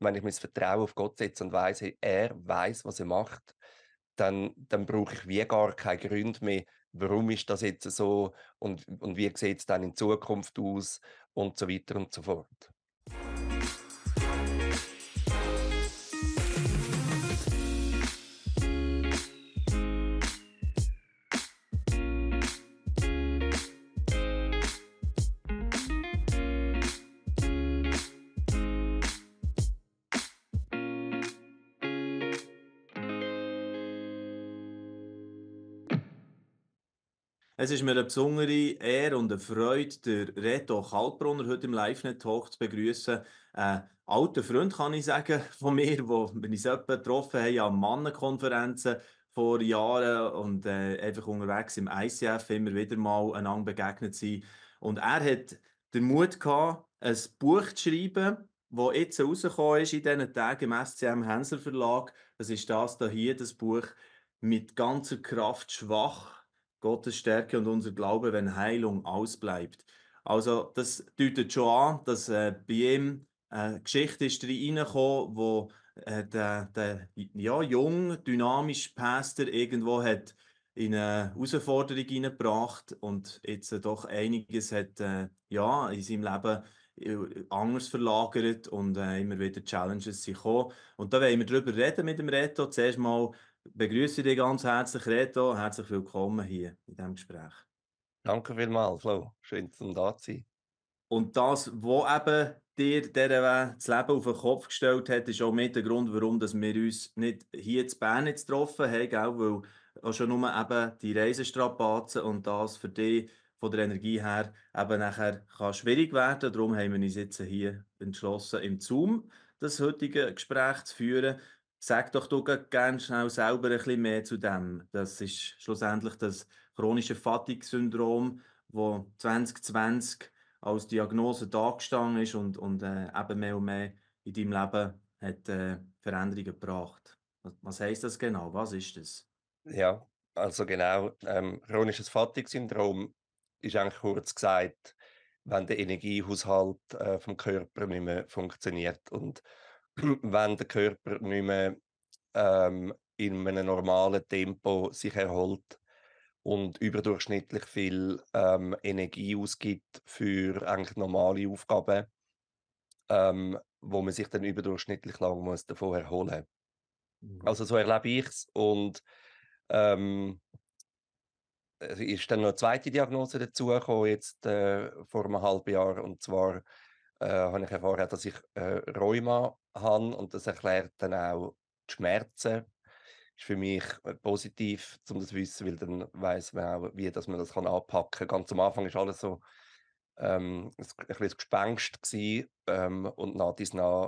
wenn ich mein Vertrauen auf Gott setze und weiss, hey, er weiß, was er macht, dann brauche ich wie gar keine Gründe mehr, warum ist das jetzt so und wie sieht es dann in Zukunft aus und so weiter und so fort. Es ist mir eine besondere Ehre und eine Freude, den Reto Kaltbrunner heute im LiveNet-Talk zu begrüßen. Alter Freund, kann ich sagen, von mir, wo wir uns etwa getroffen haben an Mannenkonferenzen vor Jahren und einfach unterwegs im ICF immer wieder mal einander begegnet sind. Und er hat den Mut gehabt, ein Buch zu schreiben, das jetzt rausgekommen ist in diesen Tagen im SCM Hensler Verlag. Das ist das hier, das Buch «Mit ganzer Kraft schwach. Gottes Stärke und unser Glaube, wenn Heilung ausbleibt.» Also, das deutet schon an, dass bei ihm eine Geschichte ist reingekommen, wo der ja, jung, dynamische Pastor irgendwo hat in eine Herausforderung hineingebracht und jetzt doch einiges hat ja, in seinem Leben anders verlagert und immer wieder Challenges sind gekommen. Und da wollen wir drüber reden mit dem Reto. Zuerst mal begrüße dich ganz herzlich, Reto. Herzlich willkommen hier in diesem Gespräch. Danke vielmals, Flo. Schön, zum da zu sein. Und das, was eben dir das Leben auf den Kopf gestellt hat, ist auch mit der Grund, warum dass wir uns nicht hier in Bern jetzt getroffen haben, gell? Weil auch schon nur eben die Reisestrapazen und das für dich von der Energie her eben nachher kann schwierig werden. Darum haben wir uns jetzt hier entschlossen, im Zoom das heutige Gespräch zu führen. Sag doch du gerne schnell selber ein bisschen mehr zu dem. Das ist schlussendlich das chronische Fatigue-Syndrom, das 2020 als Diagnose dagestanden ist und eben mehr und mehr in deinem Leben hat Veränderungen gebracht. Was heisst das genau? Was ist das? Ja, also genau, chronisches Fatigue-Syndrom ist eigentlich kurz gesagt, wenn der Energiehaushalt vom Körper nicht mehr funktioniert und wenn der Körper nicht mehr in einem normalen Tempo sich erholt und überdurchschnittlich viel Energie ausgibt für eigentlich normale Aufgaben, wo man sich dann überdurchschnittlich lang muss davon erholen. Mhm. Also so erlebe ich es und ähm, ist dann noch eine zweite Diagnose dazugekommen, jetzt vor einem halben Jahr. Und zwar habe ich erfahren, dass ich Rheuma habe und das erklärt dann auch die Schmerzen. Ist für mich positiv, um das zu wissen, weil dann weiss man auch, wie dass man das kann anpacken kann. Ganz am Anfang ist alles so ein bisschen ein Gespenst gewesen, und nach dies nach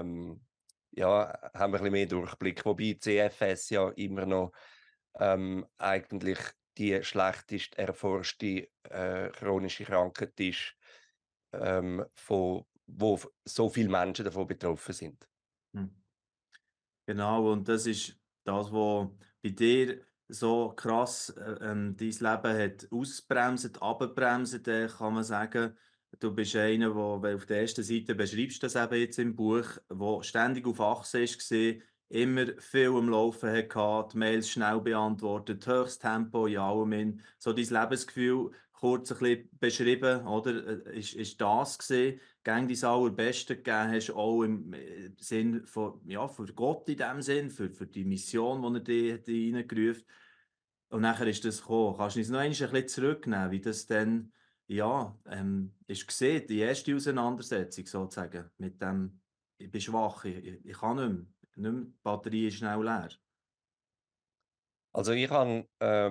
ja, haben wir ein bisschen mehr Durchblick. Wobei CFS ja immer noch eigentlich die schlechtest erforschte chronische Krankheit ist, wo so viele Menschen davon betroffen sind. Hm. Genau, und das ist das, was bei dir so krass dein Leben hat ausbremset, abgebremst, kann man sagen. Du bist einer, der, weil auf der ersten Seite beschreibst du das eben jetzt im Buch, der ständig auf Achse war, immer viel am Laufen hatte, die Mails schnell beantwortet, höchstes Tempo in allem. So dein Lebensgefühl kurz ein bisschen beschrieben, oder? Ist das gesehen? Gäng dein Allerbeste gegeben hast, auch im Sinn von, ja, für Gott in dem Sinn, für die Mission, die er dir reingerufen hat. Und nachher ist das gekommen. Kannst du uns noch einmal ein bisschen zurücknehmen, wie das dann, ja, ist gesehen, die erste Auseinandersetzung sozusagen, mit dem, ich bin schwach, ich kann nicht mehr, die Batterie ist schnell leer. Also ich habe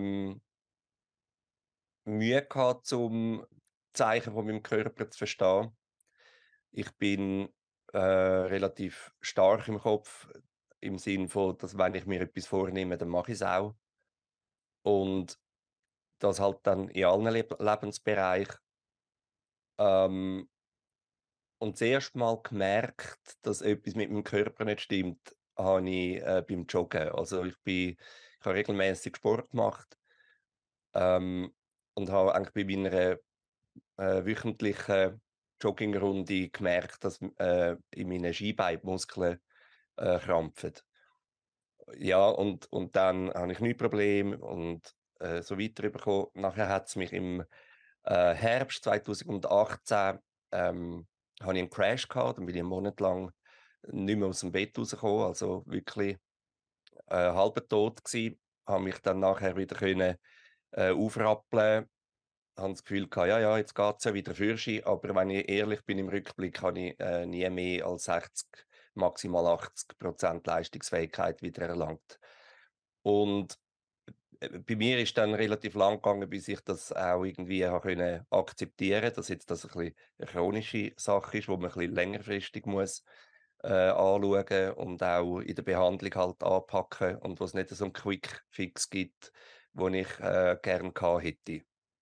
Mühe gehabt, zum Zeichen von meinem Körper zu verstehen. Ich bin relativ stark im Kopf, im Sinn von, dass wenn ich mir etwas vornehme, dann mache ich es auch. Und das halt dann in allen Lebensbereichen. Ähm, und das erste Mal gemerkt, dass etwas mit meinem Körper nicht stimmt, habe ich beim Joggen. Also ich habe regelmäßig Sport gemacht, ähm, und habe eigentlich bei meiner wöchentlichen Joggingrunde gemerkt, dass, in meinen Schienbeinmuskeln, krampfen. Ja, und dann habe ich nie Probleme und, so weiterbekommen. Nachher hat's mich im, Herbst 2018, habe ich einen Crash gehabt, dann bin ich 'n Monat lang nicht mehr aus dem Bett rausgekommen, also wirklich, halber tot gsi. Habe mich dann nachher wieder können, aufrappeln. Habe das Gefühl gehabt: „Ja, ja, jetzt geht's ja wieder fürschi.“ Aber wenn ich ehrlich bin im Rückblick, habe ich, nie mehr als 60, maximal 80% Leistungsfähigkeit wieder erlangt. Und, bei mir ist dann relativ lang gegangen, bis ich das auch irgendwie habe können akzeptieren, dass jetzt das ein bisschen 'ne chronische Sache ist, wo man ein bisschen längerfristig muss, anschauen und auch in der Behandlung halt anpacken und wo's nicht so 'n Quick Fix gibt, den ich, gern gehabt hätte.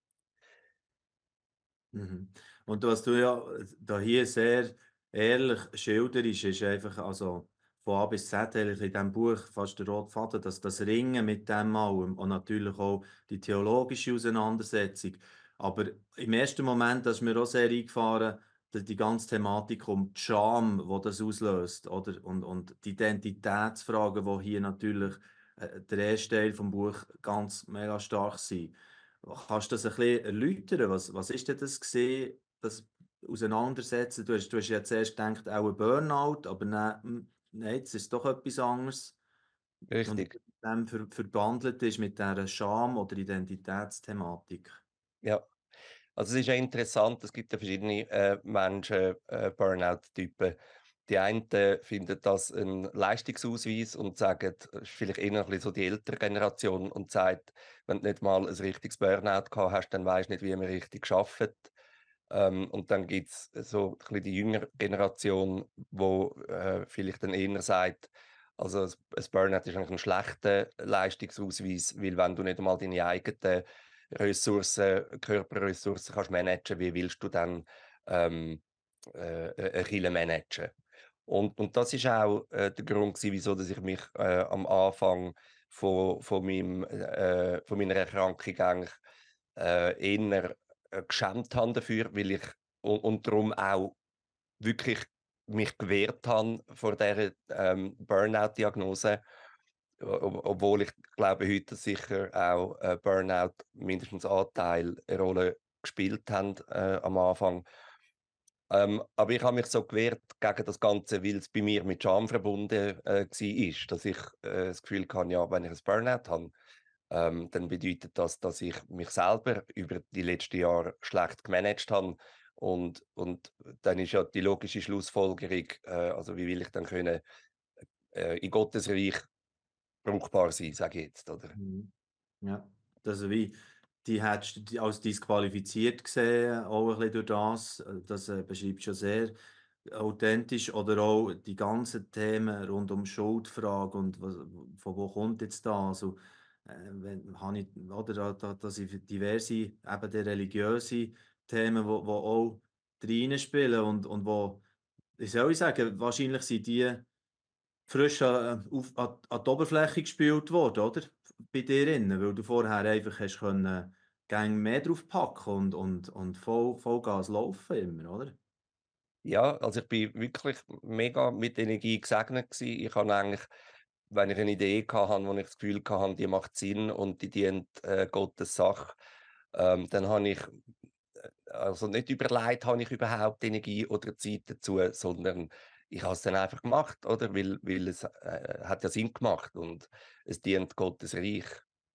Mhm. Und was du ja da hier sehr ehrlich schilderst, ist einfach, also von A bis Z eigentlich in diesem Buch fast der rote Faden, dass das Ringen mit dem allem und natürlich auch die theologische Auseinandersetzung. Aber im ersten Moment, da ist mir auch sehr eingefahren, die ganze Thematik um die Scham, die das auslöst, oder? Und die Identitätsfragen, die hier natürlich der erste Teil vom Buch ganz mega stark sind. Kannst du das ein bisschen erläutern? Was ist denn das gesehen, das Auseinandersetzen? Du hast ja zuerst gedacht, auch ein Burnout, aber nein, nein, jetzt ist es doch etwas anderes. Und Richtig. dann verbandelt ist mit dieser Scham- oder Identitätsthematik. Ja. Also, es ist ja interessant, es gibt ja verschiedene, Menschen, Burnout-Typen. Die einen finden das ein Leistungsausweis und sagen, es ist vielleicht eher ein bisschen so die ältere Generation und sagt: „Wenn du nicht mal ein richtiges Burnout gehabt hast, dann weisst du nicht, wie man richtig arbeitet.“ Und dann gibt's so ein bisschen die jüngere Generation, wo, vielleicht dann eher sagt: „Also, ein Burnout ist eigentlich ein schlechter Leistungsausweis, weil wenn du nicht einmal deine eigenen Körperressourcen kannst managen, wie willst du dann, Kille managen? Und das ist auch, der Grund gewesen, wieso dass ich mich, am Anfang von meiner Erkrankung eigentlich, eher, geschämt habe dafür, weil ich und darum auch wirklich mich gewehrt habe vor dieser, Burnout-Diagnose. Obwohl ich glaube heute, dass sicher auch, Burnout mindestens Anteil eine Rolle gespielt haben, am Anfang. Aber ich habe mich so gewehrt gegen das Ganze, weil es bei mir mit Scham verbunden, war, dass ich, das Gefühl hatte, ja, wenn ich ein Burnout habe, dann bedeutet das, dass ich mich selber über die letzten Jahre schlecht gemanagt habe. Und dann ist ja die logische Schlussfolgerung, also wie will ich dann können, in Gottes Reich brauchbar sein, sage ich jetzt, oder? Mhm. Ja, also wie, die hättest du als disqualifiziert gesehen, auch ein bisschen durch das, das beschreibst du ja sehr authentisch, oder auch die ganzen Themen rund um Schuldfrage und was, von wo kommt jetzt das? Also, wenn, habe ich, oder da sind diverse, eben die religiöse Themen, wo auch reinspielen und wo, wie soll ich sagen, wahrscheinlich sind die frisch an die Oberfläche gespült worden, oder? Bei dir innen, weil du vorher einfach hast können gäng mehr drauf packen und Vollgas laufen immer, oder? Ja, also ich bin wirklich mega mit Energie gesegnet gewesen. Ich habe eigentlich, wenn ich eine Idee hatte, wo ich das Gefühl hatte, die macht Sinn und die dient, Gottes Sache, dann habe ich also nicht überlegt, habe ich überhaupt Energie oder Zeit dazu, sondern ich habe es dann einfach gemacht, oder? Weil es, hat ja Sinn gemacht und es dient Gottes Reich.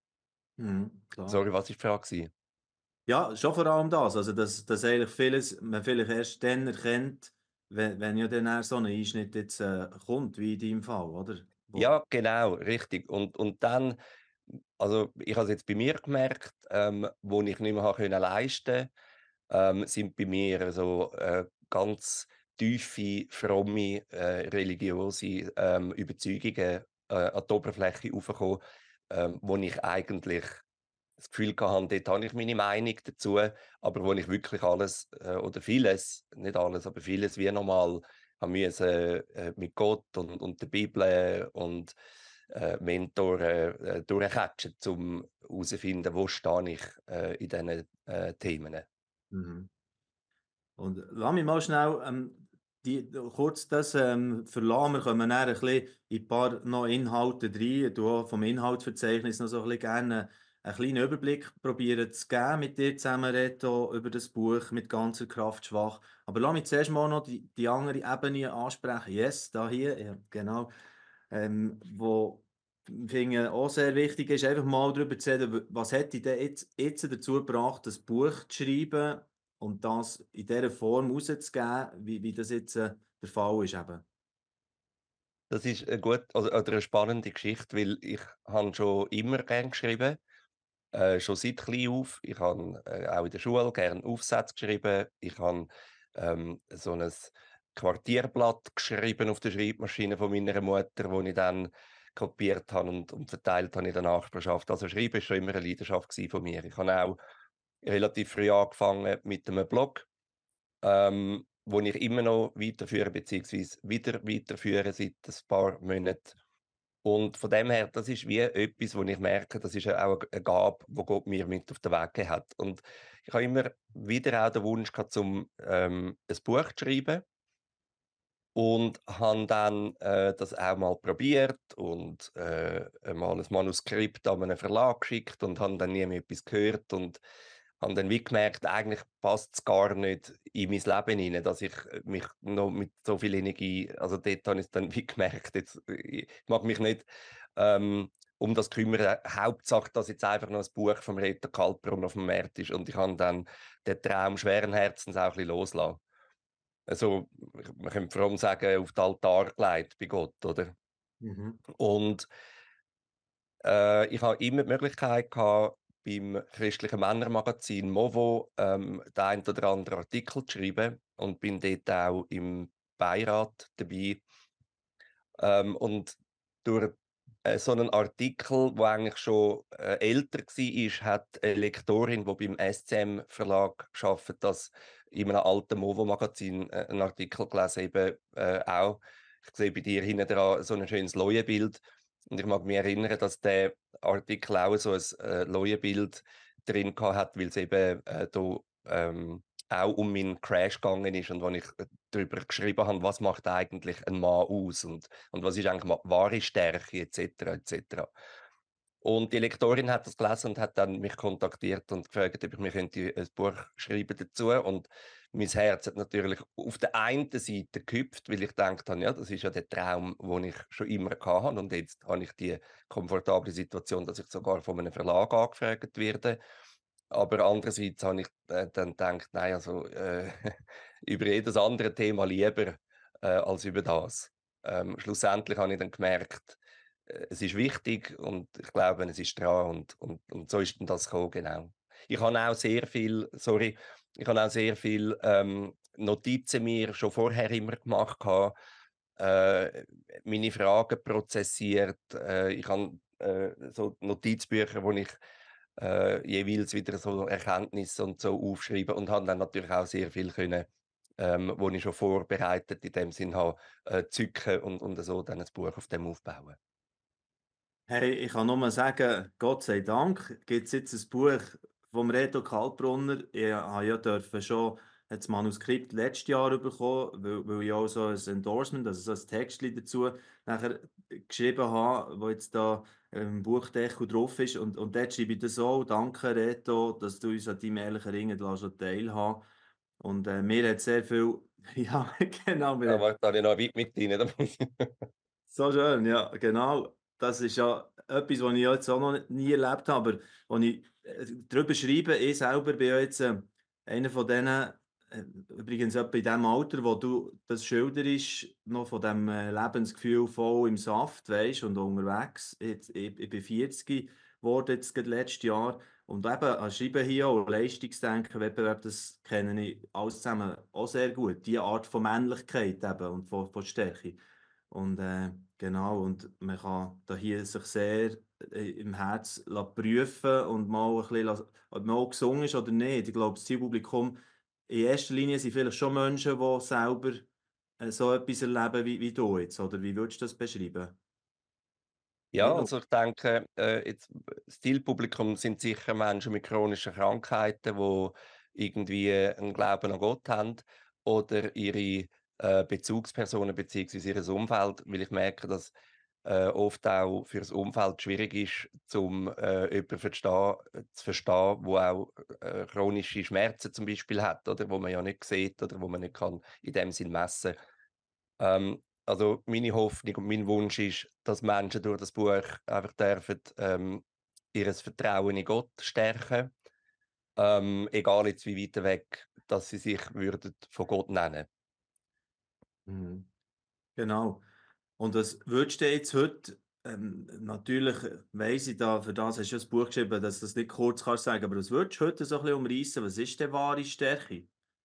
Mhm, klar. Sorry, was war die Frage gewesen? Ja, schon vor allem das, also dass eigentlich vieles man vielleicht erst dann erkennt, wenn ja dann so ein Einschnitt jetzt, kommt, wie in deinem Fall, oder? Wo Ja, genau, richtig. Und dann also, ich habe es jetzt bei mir gemerkt, wo ich nicht mehr habe können leisten, sind bei mir so, ganz tiefe, fromme, religiöse, Überzeugungen, an die Oberfläche raufgekommen, wo ich eigentlich das Gefühl hatte, dort habe ich meine Meinung dazu, aber wo ich wirklich alles, oder vieles, nicht alles, aber vieles wie normal habe müssen, mit Gott und der Bibel und, Mentoren, durchcatchen, um herauszufinden, wo stehe ich, in diesen, Themen. mhm. Und lass mich mal schnell kurz das verlassen. Wir kommen dann ein bisschen in ein paar noch Inhalte rein. Du auch vom Inhaltsverzeichnis noch so ein bisschen gerne einen kleinen Überblick probieren zu geben mit dir zusammen, Reto, über das Buch «Mit ganzer Kraft schwach». Aber lass mich zuerst mal noch die andere Ebene ansprechen. Yes, da hier, ja, genau. Wo ich finde auch sehr wichtig ist, einfach mal darüber zu reden, was hätte dich denn jetzt dazu gebracht, das Buch zu schreiben und das in dieser Form rauszugeben, wie das jetzt der Fall ist eben. Das ist 'ne oder 'ne spannende Geschichte, weil ich habe schon immer gern geschrieben, schon seit klein auf. Ich habe, auch in der Schule gern Aufsätze geschrieben. Ich habe, so 'n Quartierblatt geschrieben auf der Schreibmaschine von meiner Mutter, wo ich dann kopiert habe und verteilt habe in der Nachbarschaft. Also, Schreiben war schon immer 'ne Leidenschaft von mir. Ich habe auch relativ früh angefangen mit einem Blog, wo ich immer noch weiterführe beziehungsweise wieder weiterführe seit ein paar Monaten. Und von dem her, das ist wie etwas, wo ich merke, das ist ja auch eine Gabe, wo Gott mir mit auf den Weg gegeben hat. Und ich habe immer wieder auch den Wunsch gehabt, ein Buch zu schreiben und habe dann, das auch mal probiert und, mal ein Manuskript an einen Verlag geschickt und habe dann nie mehr etwas gehört und habe dann wie gemerkt, eigentlich passt es gar nicht in mein Leben hinein, dass ich, mich noch mit so viel Energie, also dort habe ich's dann wie gemerkt, jetzt, ich mag mich nicht, um das kümmern. Hauptsache, dass jetzt einfach noch ein Buch vom Reto Kaltbrunn auf dem Markt ist und ich habe dann den Traum schweren Herzens auch ein bisschen losgelassen. Also, man könnte fromm sagen, auf den Altar gelegt bei Gott, oder? Mhm. Und, ich habe immer die Möglichkeit gehabt, beim christlichen Männermagazin «Movo», den einen oder anderen Artikel zu schreiben und bin dort auch im Beirat dabei. Und durch, so einen Artikel, der eigentlich schon, älter war, hat eine Lektorin, die beim SCM Verlag arbeitet, das in einem alten Movo-Magazin, 'n Artikel gelesen, eben, auch. Ich sehe bei dir hinten dran so ein schönes Leuenbild und ich mag mich erinnern, dass der Artikel auch so ein Leuenbild drin hat, weil es eben, da, auch um meinen Crash gegangen ist und wo ich, darüber geschrieben habe, was macht eigentlich ein Mann aus und was ist eigentlich wahre Stärke et cetera, et cetera. Und die Lektorin hat das gelesen und hat dann mich kontaktiert und gefragt, ob ich mir könnte ein Buch schreiben dazu. Und mein Herz hat natürlich auf der einen Seite gehüpft, weil ich gedacht habe, ja, das ist ja der Traum, den ich schon immer hatte. Und jetzt habe ich die komfortable Situation, dass ich sogar von einem Verlag angefragt werde. Aber andererseits habe ich, dann gedacht: «Nein, also, über jedes andere Thema lieber, als über das.» Schlussendlich habe ich dann gemerkt, es ist wichtig und ich glaube, es ist dran und so ist denn das gekommen, genau. Ich habe auch sehr viel sorry, ich habe auch sehr viel, Notizen mir schon vorher immer gemacht gehabt, meine Fragen prozessiert. Ich habe, so Notizbücher, wo ich, jeweils wieder so Erkenntnisse und so aufschreibe und habe dann natürlich auch sehr viel können, wo ich schon vorbereitet in dem Sinn habe, zücken und so dann ein Buch auf dem aufbauen. Hey, ich kann nur sagen, Gott sei Dank gibt es jetzt ein Buch vom Reto Kaltbrunner. Ich habe ja dürfen schon das Manuskript letztes Jahr bekommen, weil ich auch so ein Endorsement, also so ein Textli dazu nachher geschrieben habe, wo jetzt da im Buchdeckel drauf ist. Und dort schreibe ich das auch. Danke, Reto, dass du uns an deinem ehrlichen Ringen teilhaben. Und mir hat sehr viel, ja, genau, mir Aber da habe ich noch weit mit rein, da muss ich so schön, ja, genau. Das ist ja etwas, was ich ja jetzt auch noch nie erlebt habe, aber als ich, drüber schreibe, ich selber bin ja jetzt, einer von denen, übrigens etwa in dem Alter, wo du das schilderst, noch von dem, Lebensgefühl voll im Saft, weisst, und unterwegs. Jetzt ich bin 40 geworden jetzt gerade letztes Jahr und eben an Schreiben hier auch Leistungsdenken, Wettbewerb, das kenne ich alles zusammen auch sehr gut. Die Art von Männlichkeit eben und von Stärke. Und, genau, und man kann da hier sich sehr, im Herz prüfen und mal ein bisschen ob man auch gesungen ist oder nicht. Ich glaube, das Zielpublikum in erster Linie sind vielleicht schon Menschen, die selber, so etwas erleben wie du jetzt, oder wie würdest du das beschreiben? Ja, Nicht nur also ich denke, jetzt das Zielpublikum sind sicher Menschen mit chronischen Krankheiten, irgendwie einen Glauben an Gott haben oder ihre, Bezugspersonen beziehungsweise ihr Umfeld, weil ich merke, dass, oft auch für das Umfeld schwierig ist, jemanden zu verstehen, wo auch, chronische Schmerzen zum Beispiel hat, oder, wo man ja nicht sieht oder wo man nicht kann in dem Sinn messen. Also meine Hoffnung und mein Wunsch ist, dass Menschen durch das Buch einfach dürfen, ihres Vertrauen in Gott stärken, egal jetzt wie weit weg, dass sie sich würden von Gott nennen. Mhm. Genau. Und was würdest du jetzt heute, natürlich weiss ich da, für das hast du ja das Buch geschrieben, dass du das nicht kurz kannst sagen, aber was würdest du heute so ein bisschen umreissen? Was ist denn wahre Stärke?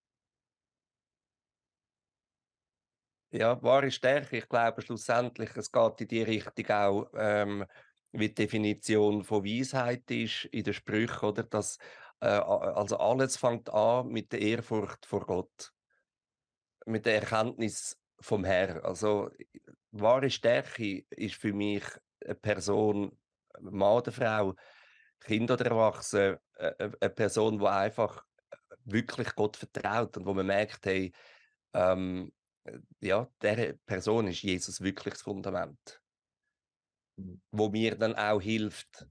Ja, wahre Stärke, ich glaube schlussendlich, es geht in die Richtung auch, wie die Definition von Weisheit ist in den Sprüchen, oder? Also alles fängt an mit der Ehrfurcht vor Gott, mit der Erkenntnis vom Herrn. Also wahre Stärke ist für mich eine Person, Mann oder Frau, Kind oder Erwachsen, 'ne Person, die einfach wirklich Gott vertraut und wo man merkt, hey, ähm, ja, dieser Person ist Jesus wirklich das Fundament, Mhm. wo mir dann auch hilft,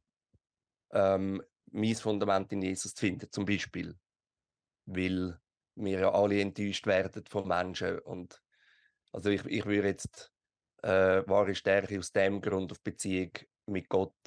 mein Fundament in Jesus zu finden, zum Beispiel, weil wir ja alle enttäuscht werden von Menschen und also ich würde jetzt, wahre Stärke aus dem Grund auf Beziehung mit Gott,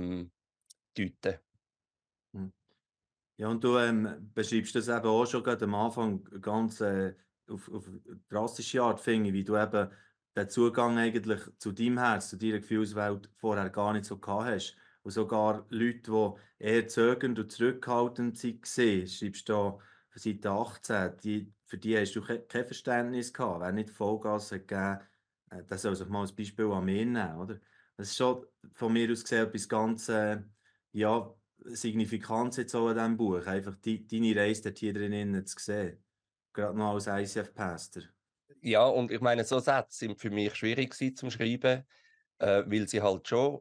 deuten. Mhm. Ja, und du, beschreibst das eben auch schon gerade am Anfang ganz, auf drastische Art, finde ich, wie du eben den Zugang eigentlich zu deinem Herz, zu deiner Gefühlswelt vorher gar nicht so gehabt hast. Und sogar Leute, die eher zögernd und zurückhaltend waren, schreibst du da auf Seite 18, für die hast du kein Verständnis gehabt. Wer nicht Vollgas hat gegeben, der soll sich mal ein Beispiel an mir nehmen, oder? Das ist schon von mir aus gesehen etwas ganz, ja, Signifikanz jetzt auch an diesem Buch, einfach deine Reise dort hier drinnen zu sehen. Gerade noch als ICF-Pastor. Ja, und ich meine, so Sätze sind für mich schwierig gewesen zum Schreiben, weil sie halt schon,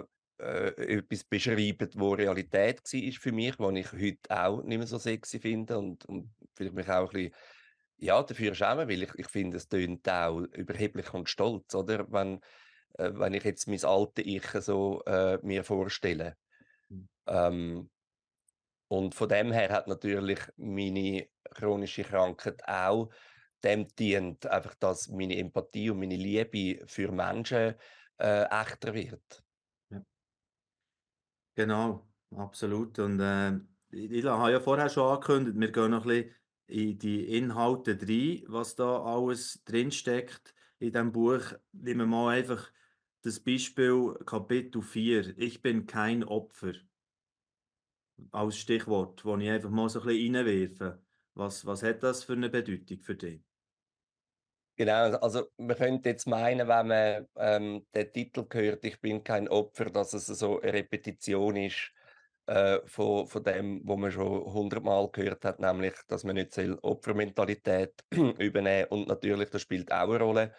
etwas beschreiben, wo Realität war für mich, was ich heute auch nicht mehr so sexy finde und vielleicht mich auch ein bisschen, ja, dafür schäme, weil ich finde, es tönt auch überheblich und stolz, oder? Wenn ich jetzt mein altes Ich so, mir vorstelle. Mhm. Ähm, und von dem her hat natürlich meine chronische Krankheit auch dem dient, einfach, dass meine Empathie und meine Liebe für Menschen, echter wird. Ja, genau, absolut. Und ich habe ja vorher schon angekündigt, wir gehen noch ein bisschen in die Inhalte rein, was da alles drinsteckt in diesem Buch. Nehmen wir mal einfach das Beispiel Kapitel 4. Ich bin kein Opfer als Stichwort, wo ich einfach mal so ein bisschen reinwerfe. Was hat das für eine Bedeutung für dich? Genau, also man könnte jetzt meinen, wenn man, den Titel hört: „Ich bin kein Opfer“, dass es so 'ne Repetition ist, von dem, wo man schon hundertmal gehört hat, nämlich, dass man nicht Opfermentalität übernehmen und natürlich, das spielt auch eine Rolle,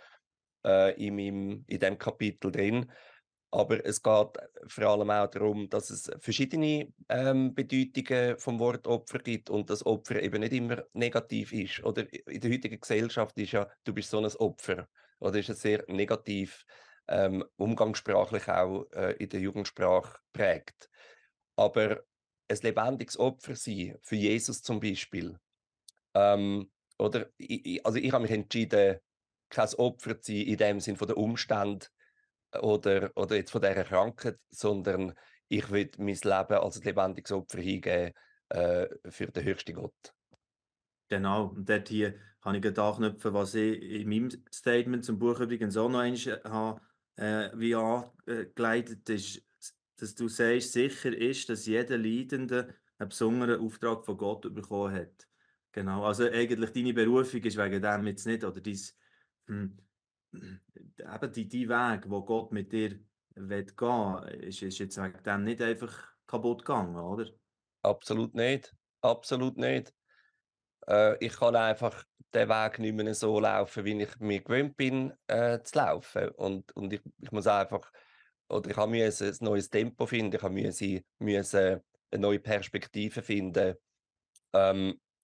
in dem Kapitel drin. Aber es geht vor allem auch darum, dass es verschiedene, Bedeutungen vom Wort Opfer gibt und das Opfer eben nicht immer negativ ist. Oder in der heutigen Gesellschaft ist ja: „Du bist so ein Opfer“, oder ist es sehr negativ, umgangssprachlich auch, in der Jugendsprache prägt. Aber ein lebendiges Opfer sein, für Jesus zum Beispiel, oder ich habe mich entschieden, kein Opfer zu sein in dem Sinn von den Umständen oder jetzt von dieser Krankheit, sondern ich will mein Leben als lebendiges Opfer hingeben, für den höchsten Gott. Genau, und dort hier kann ich gleich anknüpfen, was ich in meinem Statement zum Buch übrigens auch noch einmal habe, wie angeleitet ist, dass du sagst, sicher ist, dass jeder Leidende einen besonderen Auftrag von Gott bekommen hat. Genau, also eigentlich deine Berufung ist wegen dem jetzt nicht, oder hm, eben die Weg, wo Gott mit dir gehen will, ist jetzt wegen dem nicht einfach kaputt gegangen, oder? Absolut nicht, absolut nicht. Ich kann einfach den Weg nicht mehr so laufen, wie ich mir gewöhnt bin, zu laufen. Und ich muss einfach oder ich musste ein neues Tempo finden, ich musste eine neue Perspektive finden.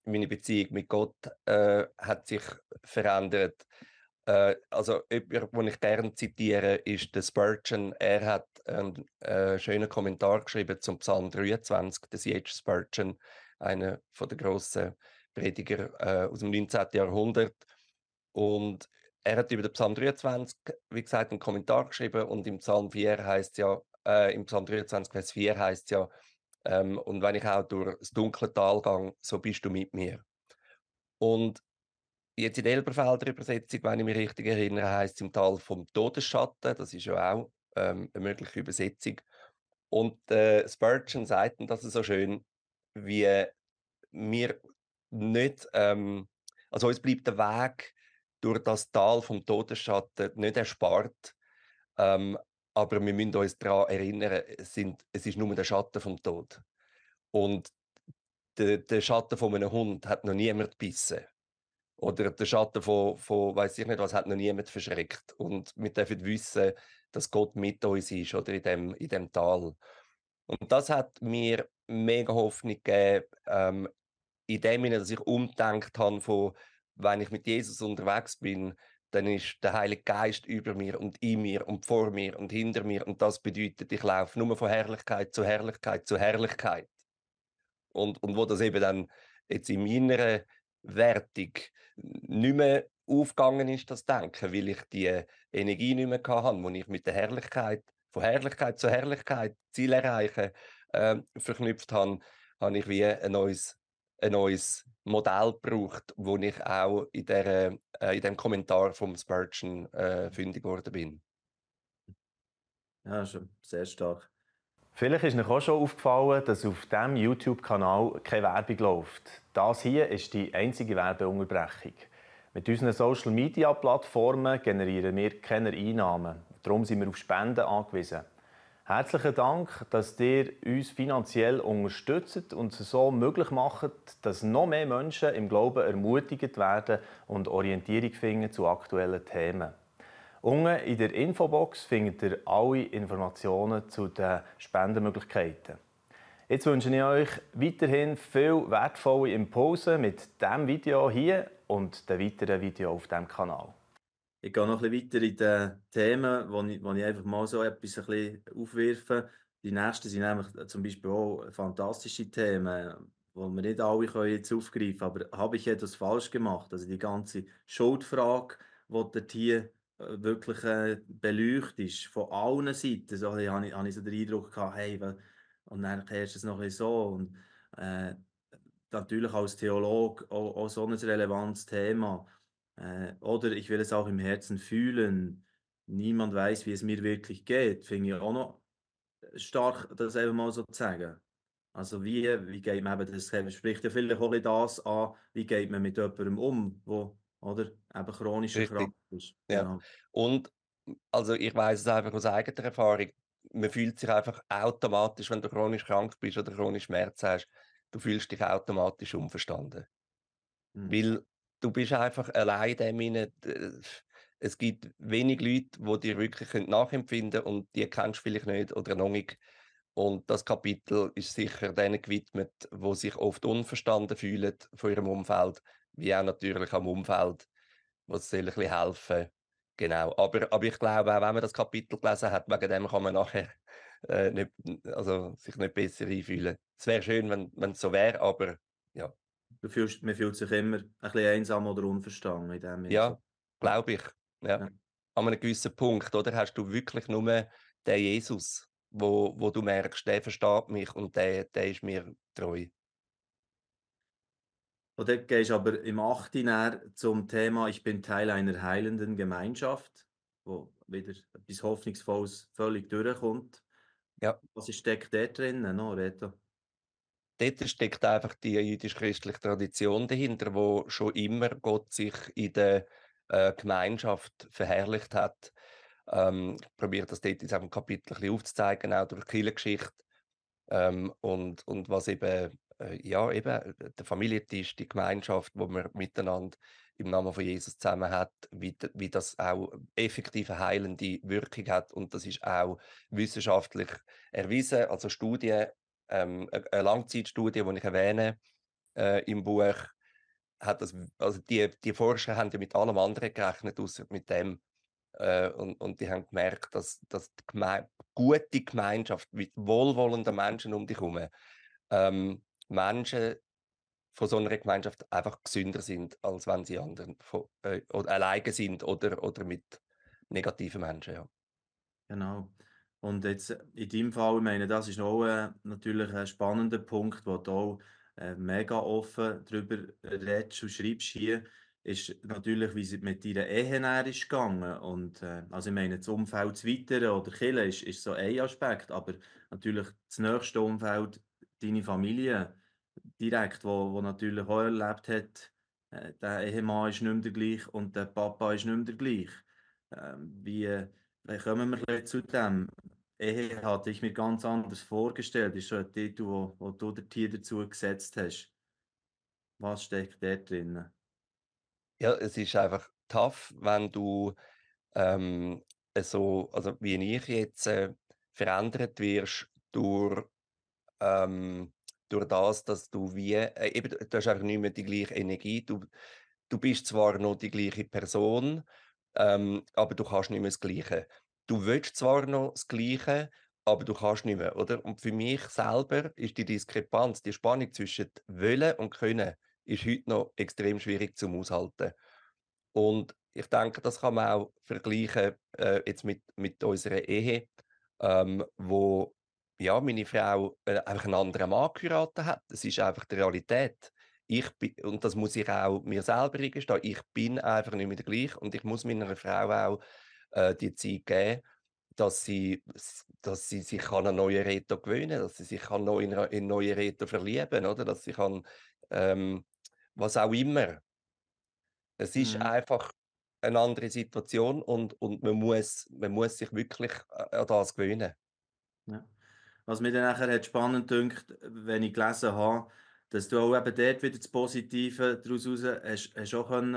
meine Beziehung mit Gott hat sich verändert. Also jemand, den ich gerne zitiere, ist der Spurgeon. Er hat einen schönen Kommentar geschrieben zum Psalm 23, der C.H. Spurgeon, einer der grossen Prediger aus dem 19. Jahrhundert. Und er hat über den Psalm 23, wie gesagt, einen Kommentar geschrieben und im Psalm 4 heißt ja, im Psalm 23, Vers 4 heißt ja, und wenn ich auch durch das dunkle Tal gehe, so bist du mit mir. Und jetzt in der Elberfelder Übersetzung, wenn ich mich richtig erinnere, heisst es im Tal vom Todesschatten. Das ist ja auch eine mögliche Übersetzung. Und Spurgeon sagt dann das so schön, wie wir nicht, also uns bleibt der Weg durch das Tal vom Todesschatten nicht erspart, ähm, aber wir müssen uns daran erinnern, es ist nur der Schatten vom Tod. Und der Schatten von einem Hund hat noch niemand gebissen. Oder der Schatten von weiss ich nicht was, hat noch niemand verschreckt. Und wir dürfen wissen, dass Gott mit uns ist, oder in dem Tal. Und das hat mir mega Hoffnung gegeben, in dem Sinne, dass ich umgedacht habe von, wenn ich mit Jesus unterwegs bin, dann ist der Heilige Geist über mir und in mir und vor mir und hinter mir. Und das bedeutet, ich laufe nur von Herrlichkeit zu Herrlichkeit zu Herrlichkeit. Und wo das eben dann jetzt in meiner Wertung nicht mehr aufgegangen ist, das Denken, weil ich die Energie nicht mehr hatte, wo ich mit der Herrlichkeit, von Herrlichkeit zu Herrlichkeit, Ziel erreichen, verknüpft habe, habe ich wie ein neues Modell gebraucht, wo ich auch in dem Kommentar vom Spurgeon fündig geworden bin. Ja, schon sehr stark. Vielleicht ist euch auch schon aufgefallen, dass auf diesem YouTube-Kanal keine Werbung läuft. Das hier ist die einzige Werbeunterbrechung. Mit unseren Social-Media-Plattformen generieren wir keine Einnahmen. Darum sind wir auf Spenden angewiesen. Herzlichen Dank, dass ihr uns finanziell unterstützt und es so möglich macht, dass noch mehr Menschen im Glauben ermutigt werden und Orientierung finden zu aktuellen Themen. Unten in der Infobox findet ihr alle Informationen zu den Spendenmöglichkeiten. Jetzt wünsche ich euch weiterhin viel wertvolle Impulse mit diesem Video hier und den weiteren Videos auf diesem Kanal. Ich gehe noch ein bisschen weiter in den Themen, wo ich einfach mal so etwas ein bisschen aufwerfe. Die nächsten sind nämlich zum Beispiel auch fantastische Themen, die wir nicht alle jetzt aufgreifen können. Aber habe ich etwas falsch gemacht? Also die ganze Schuldfrage, die dort hier wirklich beleuchtet, von allen Seiten. So habe ich so den Eindruck gehabt, hey, und dann erst es noch ein bisschen so. Und natürlich als Theologe auch so ein relevantes Thema. Oder ich will es auch im Herzen fühlen. Niemand weiß, wie es mir wirklich geht. Finde ich auch noch stark, das einfach mal so zu sagen. Also wie geht man eben, das spricht ja vielleicht auch ein bisschen das an, wie geht man mit jemandem um, wo oder eben chronisch Richtig, erkrankt ist. ja. Genau. Und also ich weiß es einfach aus eigener Erfahrung, man fühlt sich einfach automatisch, wenn du chronisch krank bist oder chronisch Schmerzen hast, du fühlst dich automatisch unverstanden. Hm. Weil du bist einfach allein in dem hinein, es gibt wenig Leute, die dir wirklich nachempfinden können und die kennst du vielleicht nicht oder noch nicht. Und das Kapitel ist sicher denen gewidmet, die sich oft unverstanden fühlen von ihrem Umfeld, wie auch natürlich am Umfeld, was soll ein bisschen helfen. Genau. Aber ich glaube, auch wenn man das Kapitel gelesen hat, wegen dem kann man nachher nicht, also sich nicht besser einfühlen. Es wäre schön, wenn es so wäre, aber ja. Man fühlt sich immer ein bisschen einsam oder unverstanden in dem Ja, Sinne. glaube ich. Ja. Ja. An einem gewissen Punkt, oder, hast du wirklich nur den Jesus, wo du merkst, der versteht mich und der ist mir treu. Und dann gehst du aber im 8. näher zum Thema «Ich bin Teil einer heilenden Gemeinschaft», wo wieder etwas Hoffnungsvolles völlig durchkommt. Ja. Was steckt dort drinnen noch, Reto? Dort steckt einfach die jüdisch-christliche Tradition dahinter, wo schon immer Gott sich in der Gemeinschaft verherrlicht hat. Ich probiere das dort in diesem Kapitel ein bisschen aufzuzeigen, auch durch die Kirchengeschichte. Und was eben, ja, eben der Familientisch, die Gemeinschaft, wo man miteinander im Namen von Jesus zusammen hat, wie das auch effektive heilende Wirkung hat. Und das ist auch wissenschaftlich erwiesen. Also Studien, eine Langzeitstudie, die ich erwähne, im Buch, also die Forscher haben ja mit allem anderen gerechnet, ausser mit dem. Und die haben gemerkt, dass die gute Gemeinschaft mit wohlwollenden Menschen um dich herum, Menschen von so einer Gemeinschaft einfach gesünder sind, als wenn sie oder alleine sind oder mit negativen Menschen. Ja. Genau. Und jetzt in deinem Fall, ich meine, das ist auch natürlich ein spannender Punkt, wo du auch mega offen darüber redest und schreibst hier, ist natürlich, wie es mit deiner Ehe näher ist gegangen. Und also ich meine, das Umfeld zu weiteren oder Kirche ist so ein Aspekt, aber natürlich das nächste Umfeld, deine Familie direkt, wo natürlich auch erlebt hat, der Ehemann ist nicht mehr der gleiche und der Papa ist nicht mehr der gleiche. Wie kommen wir gleich zu dem? Ehe hatte ich mir ganz anders vorgestellt. Ist so ein Titel, wo du dir hier dazu gesetzt hast. Was steckt da drin? Ja, es ist einfach tough, wenn du also wie ich jetzt verändert wirst ähm, durch das, dass du eben, du hast einfach nicht mehr die gleiche Energie. Du bist zwar noch die gleiche Person, aber du kannst nicht mehr das Gleiche. Du willst zwar noch das Gleiche, aber du kannst nicht mehr, oder? Und für mich selber ist die Diskrepanz, die Spannung zwischen Wollen und Können, ist heute noch extrem schwierig zum Aushalten. Und ich denke, das kann man auch vergleichen jetzt mit unserer Ehe, wo ja, meine Frau einfach einen anderen Mann geheiratet hat. Das ist einfach die Realität. Und das muss ich auch mir selber eingestehen, ich bin einfach nicht mehr der gleiche und ich muss meiner Frau auch die Zeit geben, dass sie sich an einen neuen Reto gewöhnen kann, dass sie sich an in neue Reto verlieben, oder? Dass sie kann, ähm, was auch immer. Es ist Mhm. einfach eine andere Situation und man muss sich wirklich an das gewöhnen. Ja. Was mir dann nachher hat spannend dünkt, wenn ich gelesen habe, dass du auch eben dort wieder das Positive daraus hast auch können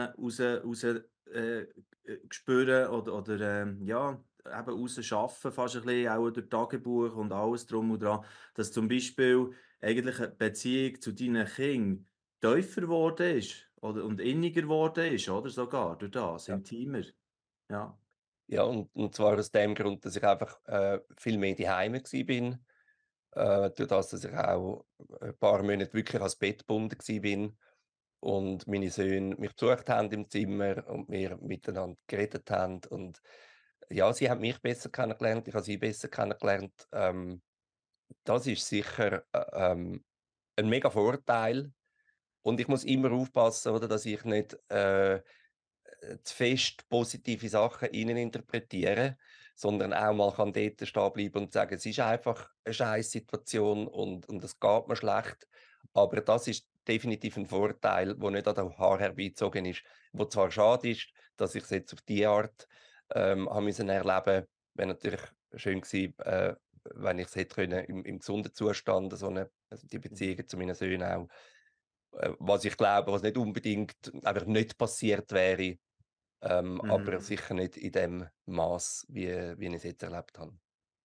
spüren oder ja, eben raus schaffen, fast ein bisschen, auch durch Tagebuch und alles drum und dran, dass zum Beispiel eigentlich eine Beziehung zu deinen Kindern tiefer geworden ist und inniger geworden ist, oder sogar durch das, Ja. intimer. Ja. Ja, und zwar aus dem Grund, dass ich einfach viel mehr daheim bin, durch das, dass ich auch ein paar Monate wirklich ans Bett gebunden bin und meine Söhne mich besucht haben im Zimmer und wir miteinander geredet haben. Und ja, sie haben mich besser kennengelernt, ich habe sie besser kennengelernt. Das ist sicher ein mega Vorteil. Und ich muss immer aufpassen, oder, dass ich nicht zu fest positive Sachen interpretiere, sondern auch mal kann dort stehen bleiben und sagen, es ist einfach eine Scheiß-Situation und es geht mir schlecht. Aber das ist definitiv ein Vorteil, der nicht an den Haaren herbeizogen ist. Wo zwar schade ist, dass ich es jetzt auf diese Art habe müssen erleben. Wäre natürlich schön gewesen, wenn ich es hätte können, im gesunden Zustand, also die Beziehungen zu meinen Söhnen auch. Was ich glaube, was nicht unbedingt einfach nicht passiert wäre, aber Mhm. sicher nicht in dem Maß, wie ich es jetzt erlebt habe.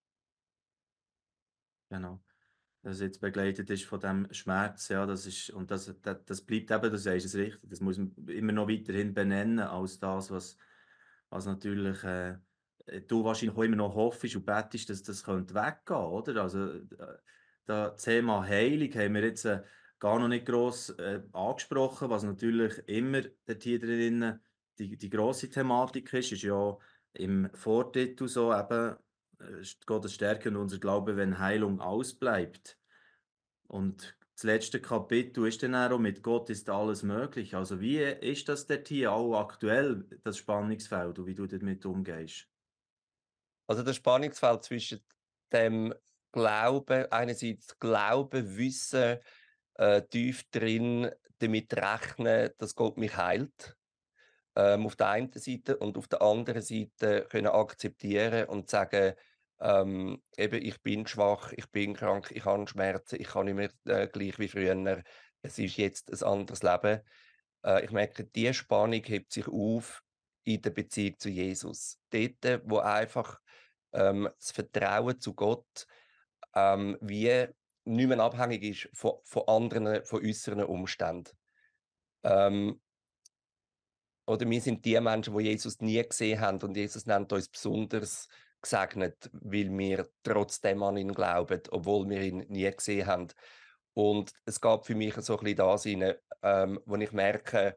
Genau. Dass es jetzt begleitet ist von dem Schmerz, ja, das ist und das bleibt eben, du sagst es richtig, das muss man immer noch weiterhin benennen als das, was natürlich, du wahrscheinlich auch immer noch hoffst und betest, dass das könnte weggehen, oder? Also, das Thema Heilung haben wir jetzt, gar noch nicht gross, angesprochen, was natürlich immer dort hier drinnen die grosse Thematik ist ja im Vortitel so eben, Gottes Stärke und unser Glaube, wenn Heilung ausbleibt. Und das letzte Kapitel ist dann auch mit Gott ist alles möglich. Also wie ist das dort hier auch aktuell, das Spannungsfeld und wie du damit umgehst? Also das Spannungsfeld zwischen dem Glauben, einerseits Glauben, Wissen, tief drin damit rechnen, dass Gott mich heilt, auf der einen Seite und auf der anderen Seite können akzeptieren und sagen, eben, ich bin schwach, ich bin krank, ich habe Schmerzen, ich kann nicht mehr gleich wie früher. Es ist jetzt ein anderes Leben. Ich merke, diese Spannung hebt sich auf in der Beziehung zu Jesus. Dort, wo einfach das Vertrauen zu Gott wie nicht mehr abhängig ist von anderen, von äußeren Umständen. Ähm, oder wir sind die Menschen, die Jesus nie gesehen haben, und Jesus nennt uns besonders gesegnet, weil wir trotzdem an ihn glauben, obwohl wir ihn nie gesehen haben. Und es gab für mich so ein bisschen das rein, wo ich merke,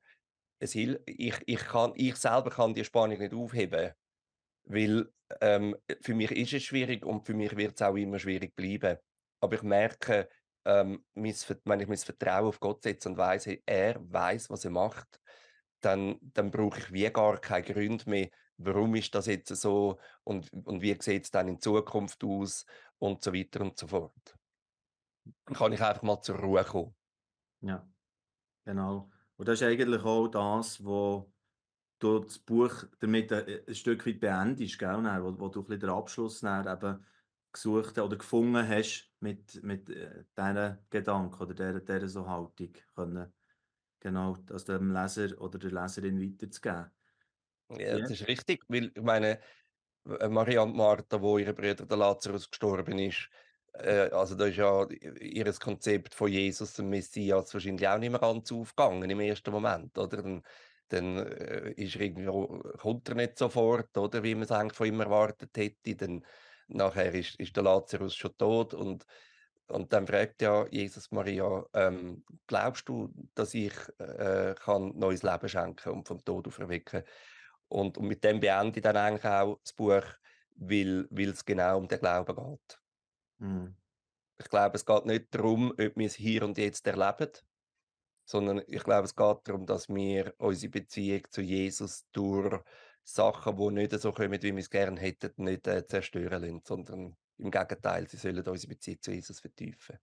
ich selber kann die Spannung nicht aufheben, weil für mich ist es schwierig und für mich wird es auch immer schwierig bleiben. Aber ich merke, wenn ich mein Vertrauen auf Gott setze und weiss, hey, er weiß, was er macht, dann brauche ich wie gar keine Gründe mehr. Warum ist das jetzt so und wie sieht es dann in Zukunft aus und so weiter und so fort. Dann kann ich einfach mal zur Ruhe kommen. Ja, genau. Und das ist eigentlich auch das, was du das Buch damit ein Stück weit beendest, gell? Dann, wo du ein bisschen den Abschluss dann eben gesucht oder gefunden hast mit diesen Gedanken oder dieser so Haltung können, genau, das dem Leser oder der Leserin weiterzugeben. Ja, Ja. das ist richtig, weil ich meine, Maria und Martha, wo ihr Bruder der Lazarus gestorben ist, also da ist ja ihr Konzept von Jesus, dem Messias, wahrscheinlich auch nicht mehr ganz aufgegangen im ersten Moment, oder? Dann ist er irgendwo, kommt er nicht sofort, oder, wie man es eigentlich von ihm erwartet hätte. Dann nachher ist der Lazarus schon tot, und dann fragt ja Jesus Maria, glaubst du, dass ich kann neues Leben schenken und vom Tod auferwecken? Und mit dem beende ich dann eigentlich auch das Buch, weil es genau um den Glauben geht. Mhm. Ich glaube, es geht nicht darum, ob wir es hier und jetzt erleben, sondern ich glaube, es geht darum, dass wir unsere Beziehung zu Jesus durch Sachen, die nicht so kommen, wie wir es gerne hätten, nicht zerstören lassen, sondern im Gegenteil, sie sollen unsere Beziehung zu Jesus vertiefen.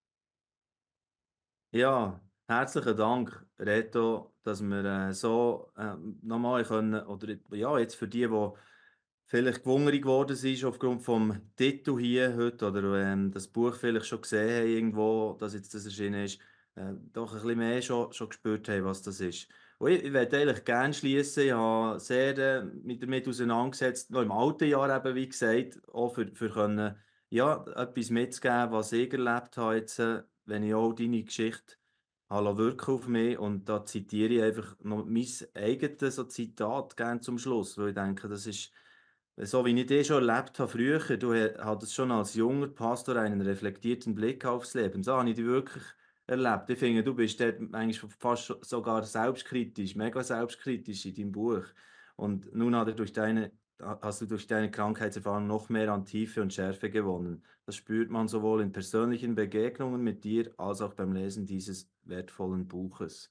Ja, herzlichen Dank, Reto, dass wir so nochmal können, oder ja, jetzt für die, die vielleicht gewungen geworden sind aufgrund vom Titel hier heute oder das Buch vielleicht schon gesehen haben irgendwo, dass jetzt das erschienen ist, doch ein bisschen mehr schon gespürt haben, was das ist. Und ich würde eigentlich gerne schließen. Ich habe sehr mich damit auseinandergesetzt, noch im alten Jahr eben, wie gesagt, auch für können, ja, etwas mitzugeben, was ich erlebt habe jetzt, wenn ich auch deine Geschichte habe wirken auf mich, und da zitiere ich einfach noch mein eigenes so Zitat gerne zum Schluss, weil ich denke, das ist so, wie ich das schon erlebt habe früher. Du hattest schon als junger Pastor einen reflektierten Blick aufs Leben. So habe ich dich wirklich erlebt. Ich finde, du bist dort eigentlich fast sogar selbstkritisch, mega selbstkritisch in deinem Buch. Und nun hast du durch deine Krankheitserfahrung noch mehr an Tiefe und Schärfe gewonnen. Das spürt man sowohl in persönlichen Begegnungen mit dir als auch beim Lesen dieses wertvollen Buches.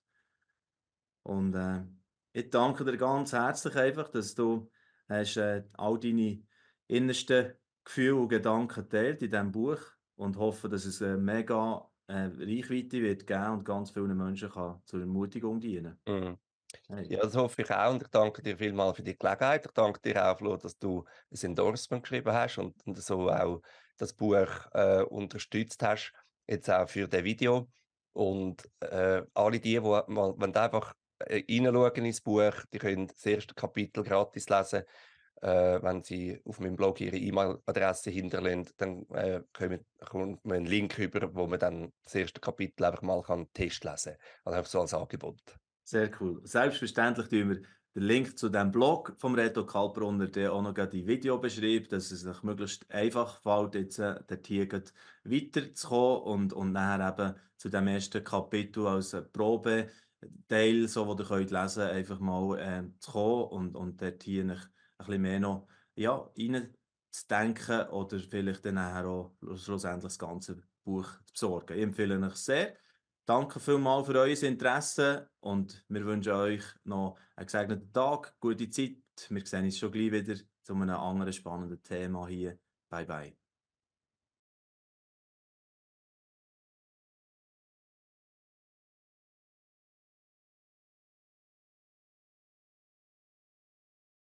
Und ich danke dir ganz herzlich einfach, dass du hast, all deine innersten Gefühle und Gedanken teilt in diesem Buch, und hoffe, dass es mega Reichweite wird geben und ganz vielen Menschen kann zur Ermutigung dienen. Mhm. Hey. Ja, das hoffe ich auch, und ich danke dir vielmals für die Gelegenheit. Ich danke dir auch, Flo, dass du ein Endorsement geschrieben hast und so auch das Buch unterstützt hast, jetzt auch für das Video. Und alle die mal wenn einfach reinschauen ins Buch, die können das erste Kapitel gratis lesen. Wenn sie auf meinem Blog ihre E-Mail-Adresse hinterlassen, dann kommt man einen Link über, wo man dann das erste Kapitel einfach mal Test lesen kann. Also einfach so als Angebot. Sehr cool. Selbstverständlich tun wir den Link zu dem Blog vom Reto Kalbrunner, der auch noch gerade die Video beschreibt, dass es euch möglichst einfach fällt, jetzt dort hier weiterzukommen und nachher eben zu dem ersten Kapitel als Probeteil, so, wo ihr könnt lesen, einfach mal zu kommen und dort hier ein bisschen mehr noch ja, reinzudenken oder vielleicht dann nachher auch schlussendlich das ganze Buch zu besorgen. Ich empfehle euch sehr. Danke vielmals für euer Interesse und wir wünschen euch noch einen gesegneten Tag, gute Zeit. Wir sehen uns schon gleich wieder zu einem anderen spannenden Thema hier. Bye bye.